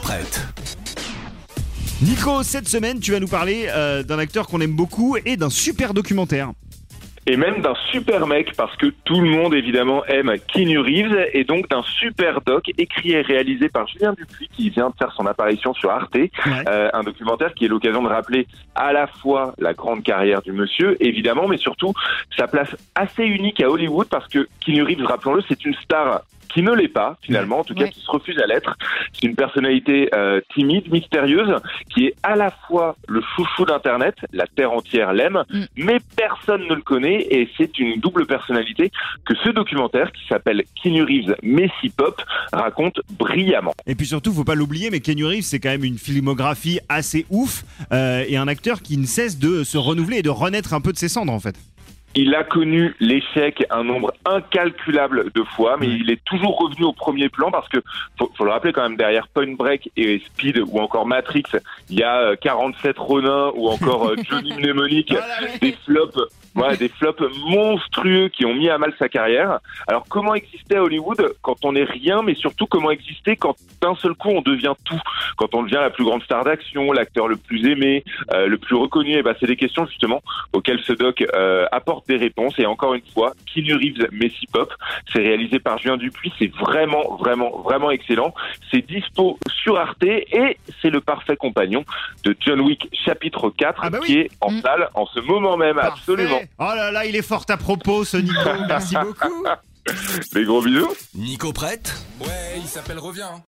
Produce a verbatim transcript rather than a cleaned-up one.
prête. Nico, cette semaine, tu vas nous parler euh, d'un acteur qu'on aime beaucoup et d'un super documentaire. Et même d'un super mec, parce que tout le monde évidemment aime Keanu Reeves, et donc d'un super doc écrit et réalisé par Julien Dupuis qui vient de faire son apparition sur Arte, ouais. euh, un documentaire qui est l'occasion de rappeler à la fois la grande carrière du monsieur évidemment, mais surtout sa place assez unique à Hollywood, parce que Keanu Reeves, rappelons-le, c'est une star qui ne l'est pas finalement, en tout cas ouais. qui se refuse à l'être. C'est une personnalité euh, timide, mystérieuse, qui est à la fois le chouchou d'internet, la terre entière l'aime, mm. mais personne ne le connaît, et c'est une double personnalité que ce documentaire, qui s'appelle Keanu Reeves Messy Pop, raconte brillamment. Et puis surtout, faut pas l'oublier, mais Keanu Reeves, c'est quand même une filmographie assez ouf, euh, et un acteur qui ne cesse de se renouveler et de renaître un peu de ses cendres en fait. Il a connu l'échec un nombre incalculable de fois, mais il est toujours revenu au premier plan, parce que, faut, faut le rappeler quand même, derrière Point Break et Speed ou encore Matrix, il y a quarante-sept Ronin ou encore Johnny Mnemonic, des flops, ouais, des flops monstrueux qui ont mis à mal sa carrière. Alors comment exister à Hollywood quand on n'est rien, mais surtout comment exister quand d'un seul coup on devient tout, quand on devient la plus grande star d'action, l'acteur le plus aimé, euh, le plus reconnu? Et ben c'est des questions justement auxquelles ce doc euh, apporte des réponses. Et encore une fois, Keanu Reeves Messy Pop, c'est réalisé par Julien Dupuis, c'est vraiment vraiment vraiment excellent. C'est dispo sur Arte et c'est le parfait compagnon de John Wick chapitre quatre, ah bah oui. qui est en mmh. salle en ce moment même. Parfait. Absolument. Oh là là, il est fort à propos ce Nico, merci beaucoup. Des gros bisous. Nico prête? Ouais, il s'appelle Reviens.